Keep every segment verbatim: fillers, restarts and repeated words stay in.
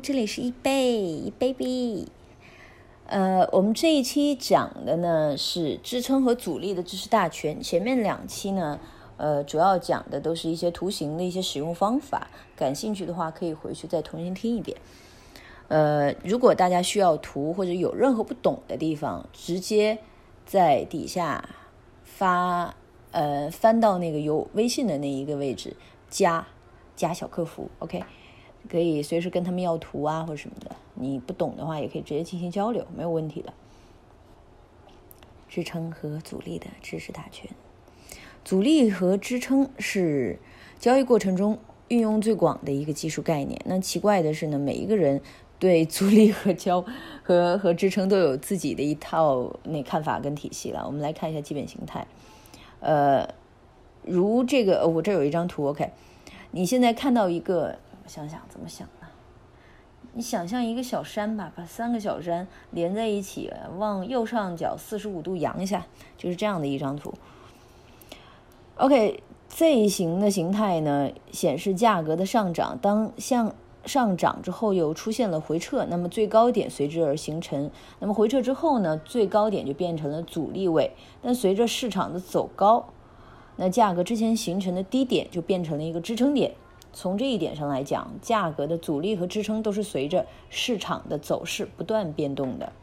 这里是一贝一 baby。呃，我们这一期讲的呢是支撑和阻力的知识大全。前面两期呢，呃，主要讲的都是一些图形的一些使用方法。感兴趣的话，可以回去再重新听一遍。呃，如果大家需要图或者有任何不懂的地方，直接在底下发呃翻到那个有微信的那一个位置，加加小客服 ，OK。可以随时跟他们要图啊或者什么的，你不懂的话也可以直接进行交流，没有问题的。支撑和阻力的知识大全。阻力和支撑是交易过程中运用最广的一个技术概念。那奇怪的是呢，每一个人对阻力和交和和支撑都有自己的一套那看法跟体系了。我们来看一下基本形态。呃，如这个、哦、我这有一张图 ，OK， 你现在看到一个。想想怎么想呢？你想象一个小山吧，把三个小山连在一起，往右上角四十五度扬一下，就是这样的一张图。OK， 这一型的形态呢，显示价格的上涨，当向上涨之后又出现了回撤，那么最高点随之而形成。那么回撤之后呢，最高点就变成了阻力位，但随着市场的走高，那价格之前形成的低点就变成了一个支撑点。从这一点上来讲，价格的阻力和支撑都是随着市场的走势不断变动的。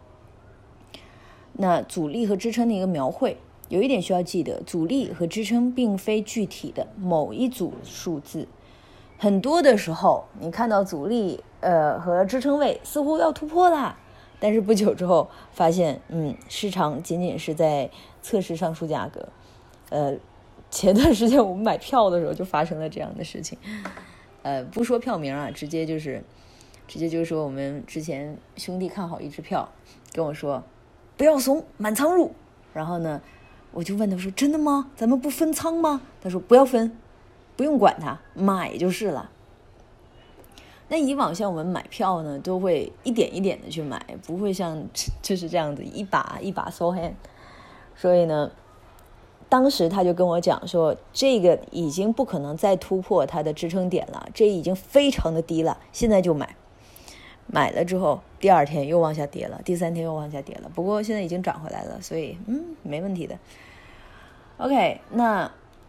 那阻力和支撑的一个描绘，有一点需要记得，阻力和支撑并非具体的某一组数字。很多的时候，你看到阻力呃和支撑位似乎要突破啦，但是不久之后发现，嗯，市场仅仅是在测试上述价格，呃。前段时间我们买票的时候就发生了这样的事情，呃，不说票名啊，直接就是，直接就是说我们之前兄弟看好一支票，跟我说不要怂，满仓入。然后呢，我就问他说真的吗？咱们不分仓吗？他说不要分，不用管它，买就是了。那以往像我们买票呢，都会一点一点的去买，不会像就是这样子一把一把 so hand。所以呢。当时他就跟我讲说，这个已经不可能再突破它的支撑点了，这已经非常的低了，现在就买。买了之后，第二天又往下跌了，第三天又往下跌了，不过现在已经涨回来了，所以嗯，没问题的。OK， 那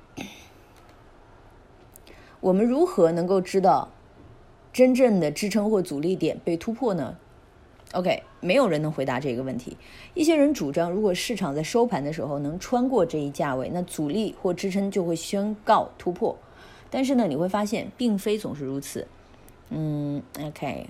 我们如何能够知道真正的支撑或阻力点被突破呢？OK， 没有人能回答这个问题。一些人主张，如果市场在收盘的时候能穿过这一价位，那阻力或支撑就会宣告突破。但是呢，你会发现并非总是如此。嗯 ，OK，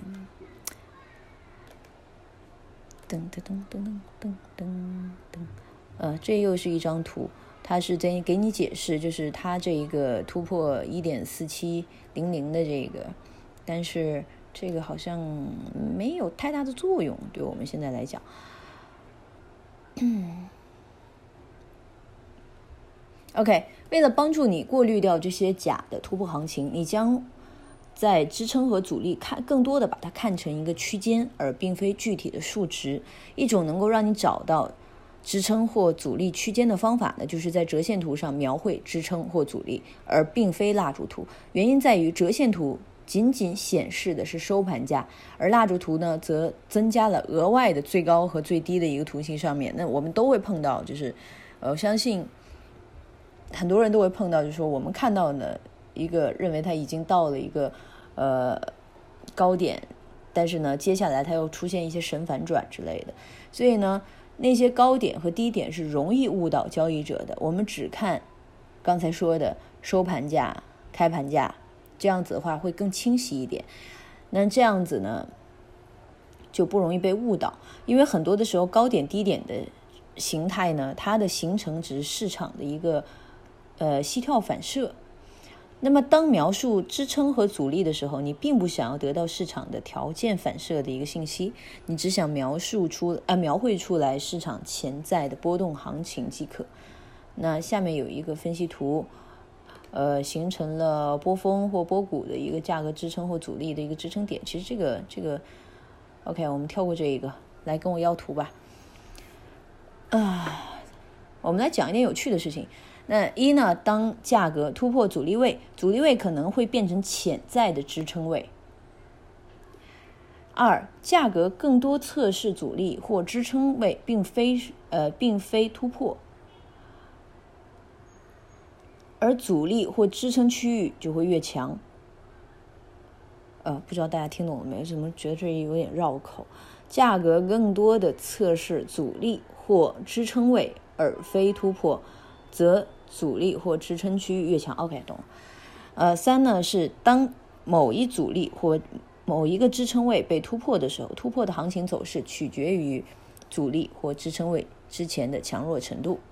噔噔噔噔噔噔噔，呃，这又是一张图，它是在给你解释，就是它这一个突破 一点四七零零 的这个，但是。这个好像没有太大的作用，对我们现在来讲。OK， 为了帮助你过滤掉这些假的突破行情，你将在支撑和阻力看更多的把它看成一个区间，而并非具体的数值。一种能够让你找到支撑或阻力区间的方法呢，就是在折线图上描绘支撑或阻力，而并非蜡烛图。原因在于折线图仅仅显示的是收盘价，而蜡烛图呢则增加了额外的最高和最低的一个图形上面。那我们都会碰到，就是呃，我相信很多人都会碰到，就是说我们看到的一个认为它已经到了一个呃高点，但是呢接下来它又出现一些神反转之类的，所以呢那些高点和低点是容易误导交易者的。我们只看刚才说的收盘价、开盘价，这样子的话会更清晰一点。那这样子呢就不容易被误导，因为很多的时候高点低点的形态呢，它的形成只是市场的一个呃膝跳反射。那么当描述支撑和阻力的时候，你并不想要得到市场的条件反射的一个信息，你只想描述出呃描绘出来市场潜在的波动行情即可。那下面有一个分析图，呃，形成了波峰或波谷的一个价格支撑或阻力的一个支撑点。其实这个这个 OK， 我们跳过这一个，来跟我要图吧。啊，我们来讲一点有趣的事情。那一呢，当价格突破阻力位，阻力位可能会变成潜在的支撑位。 二，价格更多测试阻力或支撑位，并非呃并非突破，而阻力或支撑区域就会越强。呃，不知道大家听懂了没？怎么觉得这有点绕口？价格更多的测试阻力或支撑位，而非突破，则阻力或支撑区域越强。OK， 懂了。呃，三呢是当某一阻力或某一个支撑位被突破的时候，突破的行情走势取决于阻力或支撑位之前的强弱程度。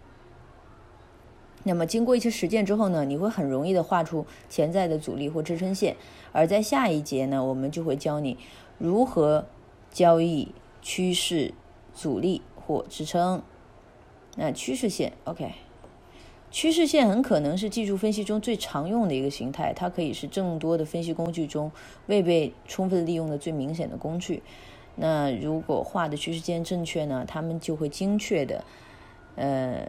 那么经过一些实践之后呢，你会很容易的画出潜在的阻力或支撑线。而在下一节呢，我们就会教你如何交易趋势阻力或支撑。那趋势线 OK， 趋势线很可能是技术分析中最常用的一个形态，它可以是众多的分析工具中未被充分利用的最明显的工具。那如果画的趋势线正确呢，它们就会精确的呃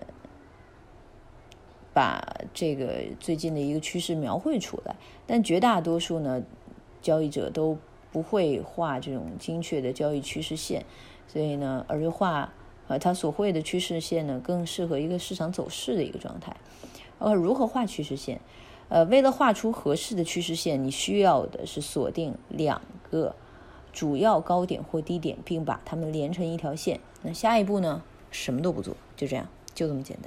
把这个最近的一个趋势描绘出来。但绝大多数呢交易者都不会画这种精确的交易趋势线，所以呢而画呃他所绘的趋势线呢更适合一个市场走势的一个状态。呃如何画趋势线？呃为了画出合适的趋势线，你需要的是锁定两个主要高点或低点，并把它们连成一条线。那下一步呢，什么都不做，就这样，就这么简单。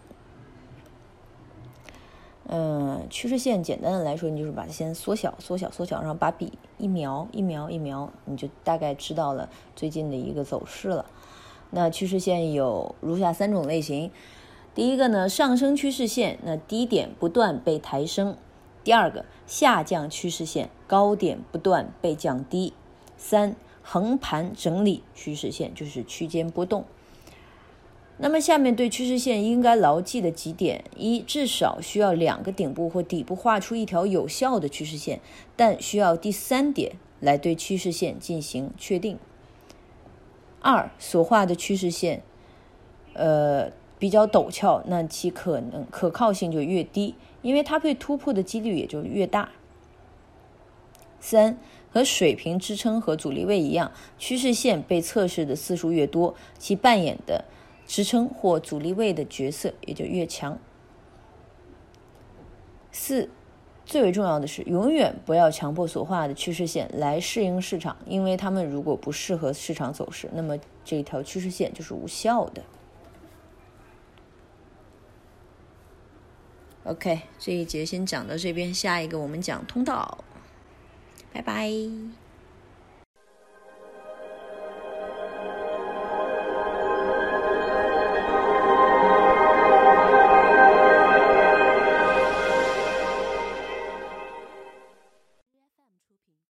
嗯，趋势线简单的来说，你就是把它先缩小、缩小、缩小，然后把笔一描、一描、一描，你就大概知道了最近的一个走势了。那趋势线有如下三种类型：第一个呢，上升趋势线，那低点不断被抬升；第二个，下降趋势线，高点不断被降低；三，横盘整理趋势线，就是区间波动。那么下面对趋势线应该牢记的几点：一，至少需要两个顶部或底部画出一条有效的趋势线，但需要第三点来对趋势线进行确定。二，所画的趋势线呃比较陡峭，那其可能可靠性就越低，因为它被突破的几率也就越大。三，和水平支撑和阻力位一样，趋势线被测试的次数越多，其扮演的支撑或阻力位的角色也就越强。四，最为重要的是，永远不要强迫所画的趋势线来适应市场，因为它们如果不适合市场走势，那么这条趋势线就是无效的。OK， 这一节先讲到这边，下一个我们讲通道。拜拜。